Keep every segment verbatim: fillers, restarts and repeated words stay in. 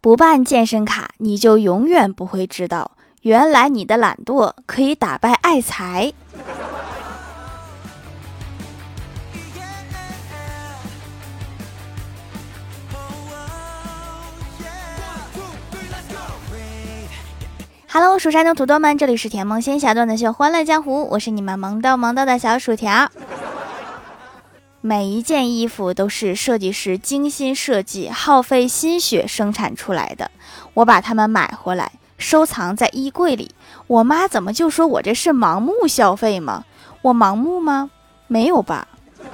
不办健身卡，你就永远不会知道，原来你的懒惰可以打败爱财。Hello， 蜀山的土豆们，这里是甜萌仙侠段的秀欢乐江湖，我是你们萌豆萌豆的小薯条。每一件衣服都是设计师精心设计，耗费心血生产出来的，我把它们买回来收藏在衣柜里。我妈怎么就说我这是盲目消费吗？我盲目吗？没有吧。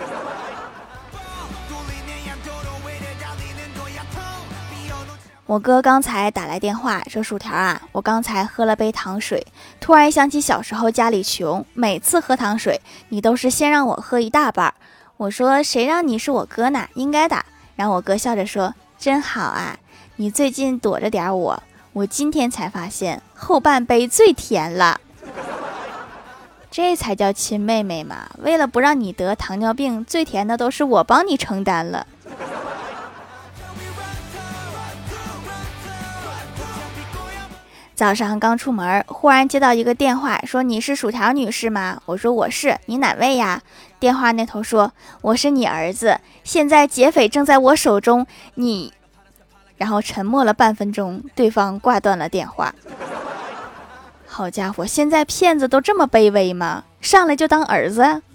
我哥刚才打来电话说，薯条啊，我刚才喝了杯糖水，突然想起小时候家里穷，每次喝糖水你都是先让我喝一大半。我说谁让你是我哥呢，应该的。然后我哥笑着说，真好啊，你最近躲着点我，我今天才发现后半杯最甜了。这才叫亲妹妹嘛，为了不让你得糖尿病，最甜的都是我帮你承担了。早上刚出门，忽然接到一个电话，说你是薯条女士吗？我说我是，你哪位呀？电话那头说，我是你儿子，现在劫匪正在我手中，你……然后沉默了半分钟，对方挂断了电话。好家伙，现在骗子都这么卑微吗？上来就当儿子？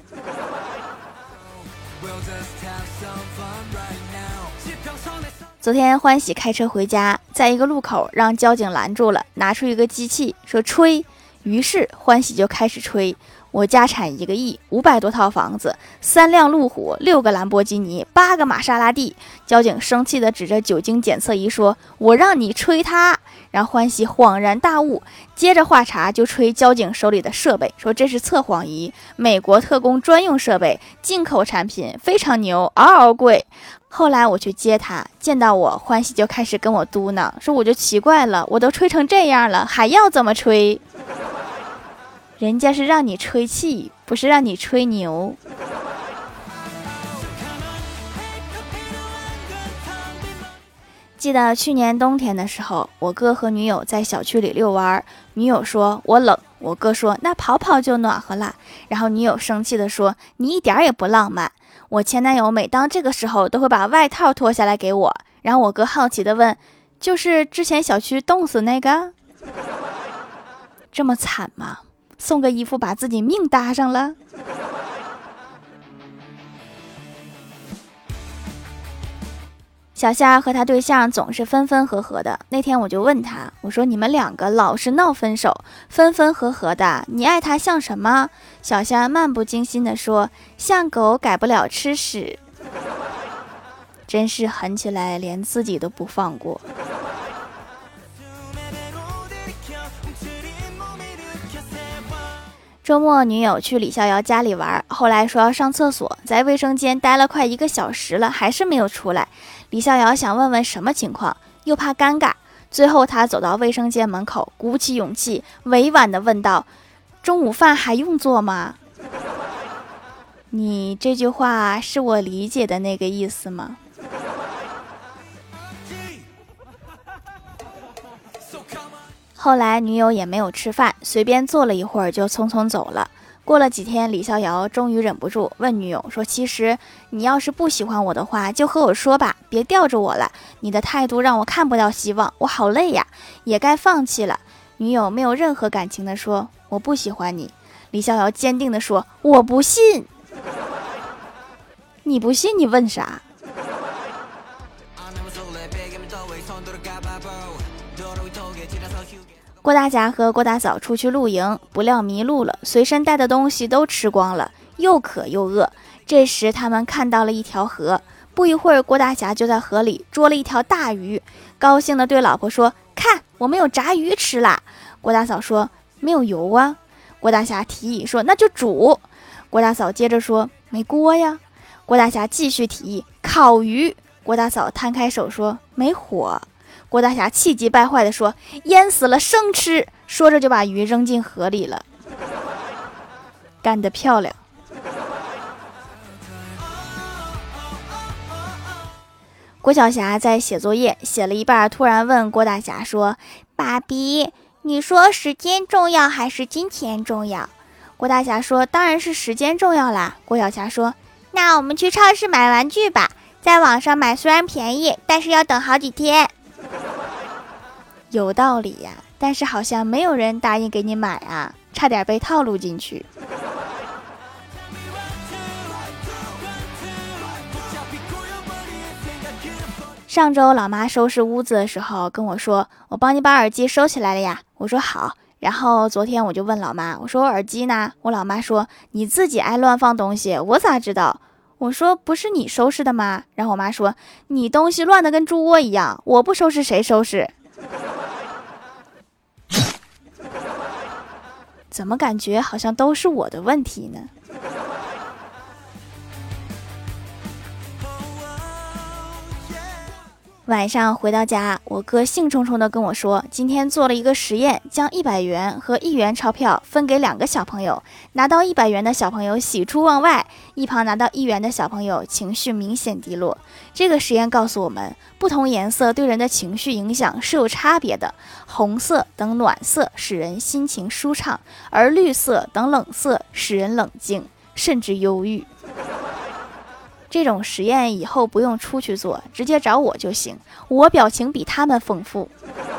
昨天欢喜开车回家，在一个路口让交警拦住了，拿出一个机器说吹，于是欢喜就开始吹。我家产一个亿，五百多套房子，三辆路虎，六个兰博基尼，八个玛莎拉蒂。交警生气地指着酒精检测仪说，我让你吹它。然后欢喜恍然大悟，接着话茬就吹交警手里的设备，说这是测谎仪，美国特工专用设备，进口产品，非常牛，嗷嗷贵。后来我去接他，见到我欢喜就开始跟我嘟囔，说我就奇怪了，我都吹成这样了，还要怎么吹？人家是让你吹气，不是让你吹牛。记得去年冬天的时候，我哥和女友在小区里遛弯，女友说我冷，我哥说那跑跑就暖和了，然后女友生气地说你一点也不浪漫。我前男友每当这个时候都会把外套脱下来给我，然后我哥好奇地问，就是之前小区冻死那个？这么惨吗？送个衣服把自己命搭上了？小夏和他对象总是分分合合的，那天我就问他，我说你们两个老是闹分手，分分合合的，你爱他像什么？小夏漫不经心地说，像狗改不了吃屎。真是狠起来连自己都不放过。周末女友去李逍遥家里玩，后来说要上厕所，在卫生间待了快一个小时了，还是没有出来。李逍遥想问问什么情况，又怕尴尬，最后他走到卫生间门口，鼓起勇气委婉地问道，中午饭还用做吗？你这句话是我理解的那个意思吗？后来女友也没有吃饭，随便坐了一会儿就匆匆走了。过了几天，李逍遥终于忍不住问女友说，其实你要是不喜欢我的话就和我说吧，别吊着我了，你的态度让我看不到希望，我好累呀，也该放弃了。女友没有任何感情地说，我不喜欢你。李逍遥坚定地说，我不信。你不信你问啥？郭大侠和郭大嫂出去露营，不料迷路了，随身带的东西都吃光了，又渴又饿。这时他们看到了一条河，不一会儿郭大侠就在河里捉了一条大鱼，高兴地对老婆说，看我们有炸鱼吃啦。郭大嫂说，没有油啊。郭大侠提议说，那就煮。郭大嫂接着说，没锅呀。郭大侠继续提议烤鱼。郭大嫂摊开手说，没火。郭大侠气急败坏地说，淹死了生吃，说着就把鱼扔进河里了。干得漂亮。 郭晓霞在写作业，写了一半，突然问郭大侠说：爸比，你说时间重要还是金钱重要？郭大侠说：当然是时间重要啦。郭晓霞说：那我们去超市买玩具吧，在网上买虽然便宜，但是要等好几天。有道理呀，但是好像没有人答应给你买啊，差点被套路进去。上周老妈收拾屋子的时候跟我说，我帮你把耳机收起来了呀。我说好。然后昨天我就问老妈，我说我耳机呢？我老妈说你自己爱乱放东西，我咋知道？我说不是你收拾的吗？然后我妈说你东西乱得跟猪窝一样，我不收拾谁收拾？怎么感觉好像都是我的问题呢？晚上回到家，我哥兴冲冲地跟我说，今天做了一个实验，将一百元和一元钞票分给两个小朋友，拿到一百元的小朋友喜出望外，一旁拿到一元的小朋友情绪明显低落。这个实验告诉我们，不同颜色对人的情绪影响是有差别的，红色等暖色使人心情舒畅，而绿色等冷色使人冷静甚至忧郁。这种实验以后不用出去做，直接找我就行，我表情比他们丰富。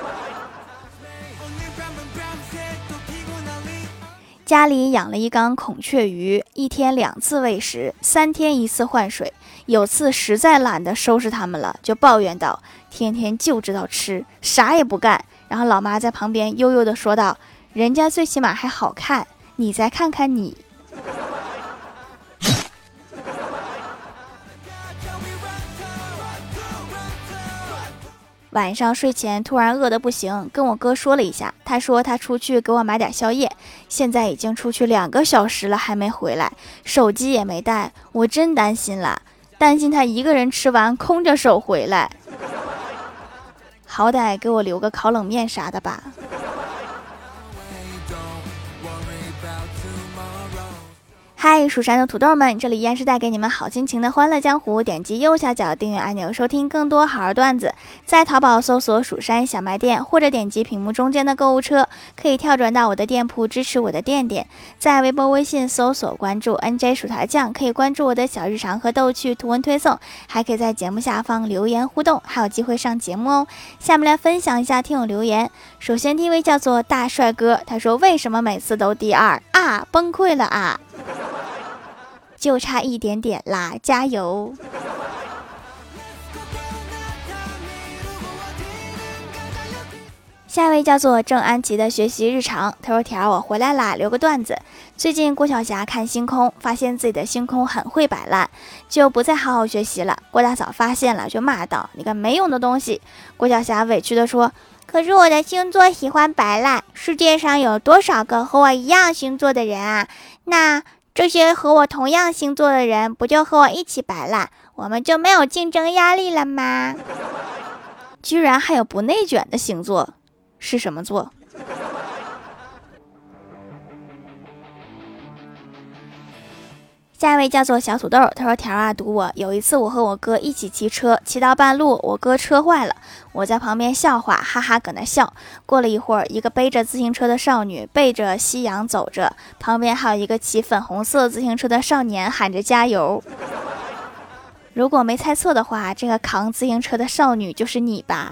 家里养了一缸孔雀鱼，一天两次喂食，三天一次换水。有次实在懒得收拾它们了，就抱怨道：天天就知道吃，啥也不干。然后老妈在旁边悠悠地说道：人家最起码还好看，你再看看你。晚上睡前突然饿得不行，跟我哥说了一下，他说他出去给我买点宵夜，现在已经出去两个小时了还没回来，手机也没带，我真担心了，担心他一个人吃完空着手回来，好歹给我留个烤冷面啥的吧。嗨，蜀山的土豆们，这里依然是带给你们好心情的欢乐江湖。点击右下角订阅按钮，收听更多好玩段子。在淘宝搜索蜀山小卖店，或者点击屏幕中间的购物车，可以跳转到我的店铺，支持我的店店。在微博微信搜索关注 N J 薯条酱，可以关注我的小日常和逗趣图文推送，还可以在节目下方留言互动，还有机会上节目哦。下面来分享一下听友留言。首先第一位叫做大帅哥，他说为什么每次都第二啊，崩溃了啊，就差一点点啦，加油！下一位叫做郑安琪的学习日常，他说条我回来啦，留个段子。最近郭晓霞看星空，发现自己的星空很会摆烂，就不再好好学习了。郭大嫂发现了，就骂道：你个没用的东西！郭晓霞委屈地说，可是我的星座喜欢摆烂，世界上有多少个和我一样星座的人啊？那这些和我同样星座的人不就和我一起摆烂，我们就没有竞争压力了吗？居然还有不内卷的星座，是什么座？下一位叫做小土豆，他说条啊读我，有一次我和我哥一起骑车，骑到半路我哥车坏了，我在旁边笑话，哈哈搁那笑。过了一会儿，一个背着自行车的少女背着夕阳走着，旁边还有一个骑粉红色自行车的少年喊着加油。如果没猜错的话，这个扛自行车的少女就是你吧？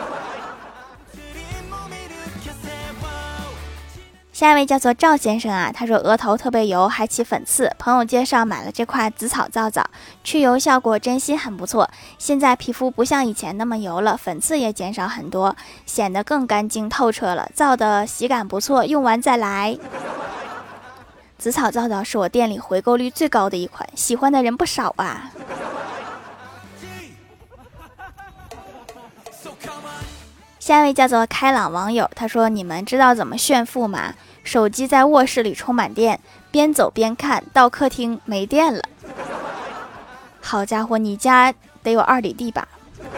下一位叫做赵先生啊，他说额头特别油，还起粉刺，朋友介绍买了这块紫草皂皂，去油效果真心很不错，现在皮肤不像以前那么油了，粉刺也减少很多，显得更干净透彻了，皂的洗感不错，用完再来。紫草皂皂是我店里回购率最高的一款，喜欢的人不少啊。下一位叫做开朗网友，他说你们知道怎么炫富吗？手机在卧室里充满电，边走边看到客厅没电了。好家伙，你家得有二里地吧？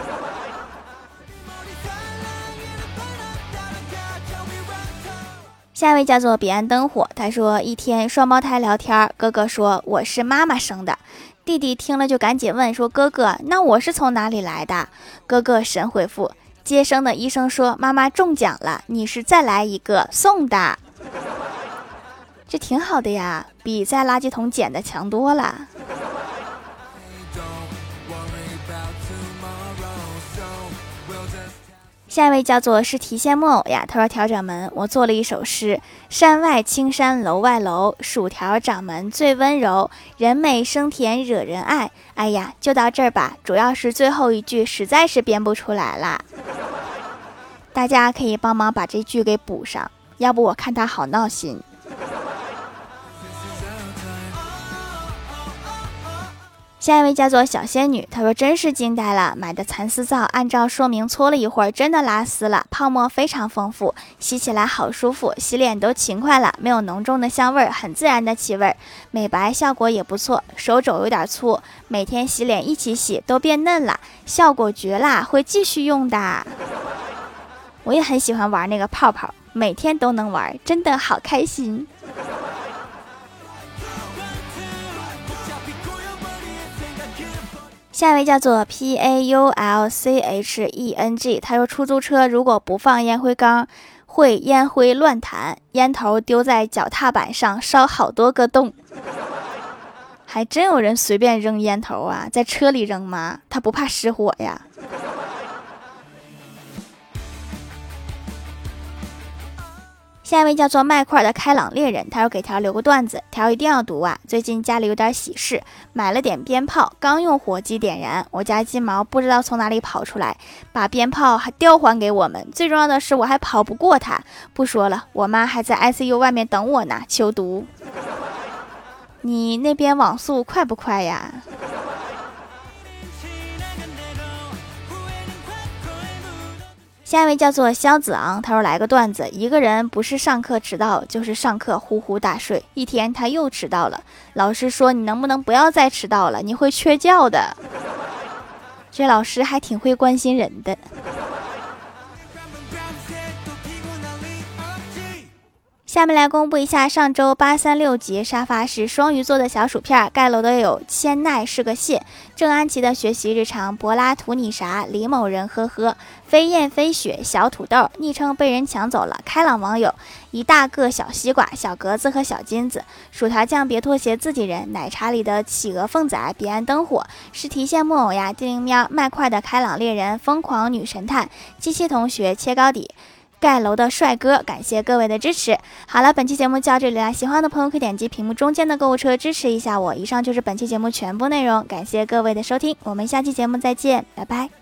下一位叫做彼岸灯火，他说一天双胞胎聊天，哥哥说我是妈妈生的， 弟弟听了就赶紧问说：“哥哥，那我是从哪里来的？”哥哥神回复：“接生的医生说妈妈中奖了，你是再来一个送的。”这挺好的呀，比在垃圾桶捡的强多了。下一位叫做是提线木偶呀，他说：“调整门，我做了一首诗：山外青山楼外楼，薯条掌门最温柔，人美声甜惹人爱。”哎呀，就到这儿吧，主要是最后一句实在是编不出来了，大家可以帮忙把这句给补上，要不我看他好闹心。下一位叫做小仙女，她说：“真是惊呆了，买的蚕丝皂按照说明搓了一会儿，真的拉丝了，泡沫非常丰富，洗起来好舒服，洗脸都勤快了，没有浓重的香味儿，很自然的气味，美白效果也不错，手肘有点粗，每天洗脸一起洗都变嫩了，效果绝啦，会继续用的。”我也很喜欢玩那个泡泡，每天都能玩，真的好开心。下一位叫做 P A U L C H E N G， 他说出租车如果不放烟灰缸会烟灰乱弹，烟头丢在脚踏板上烧好多个洞。还真有人随便扔烟头啊，在车里扔吗？他不怕失火呀？下一位叫做麦块的开朗猎人，他要给条留个段子，条一定要读啊！最近家里有点喜事，买了点鞭炮，刚用火机点燃，我家金毛不知道从哪里跑出来，把鞭炮还调还给我们，最重要的是我还跑不过他。不说了，我妈还在 I C U 外面等我呢，求读。你那边网速快不快呀？下一位叫做肖子昂，他说来个段子，一个人不是上课迟到就是上课呼呼大睡，一天他又迟到了，老师说你能不能不要再迟到了，你会缺觉的。这老师还挺会关心人的。下面来公布一下上周八三六级沙发是双鱼座的小薯片，盖楼的有千奈是个蟹，郑安琪的学习日常，柏拉图你啥，李某人呵呵，飞燕飞雪，小土豆，昵称被人抢走了，开朗网友，一大个小西瓜，小格子和小金子，薯条酱别拖鞋自己人，奶茶里的企鹅凤仔，彼岸灯火，是提线木偶呀，丁灵喵，麦块的开朗猎人，疯狂女神探，机器同学切糕底，盖楼的帅哥，感谢各位的支持。好了，本期节目就到这里了，喜欢的朋友可以点击屏幕中间的购物车支持一下我。以上就是本期节目全部内容，感谢各位的收听，我们下期节目再见，拜拜。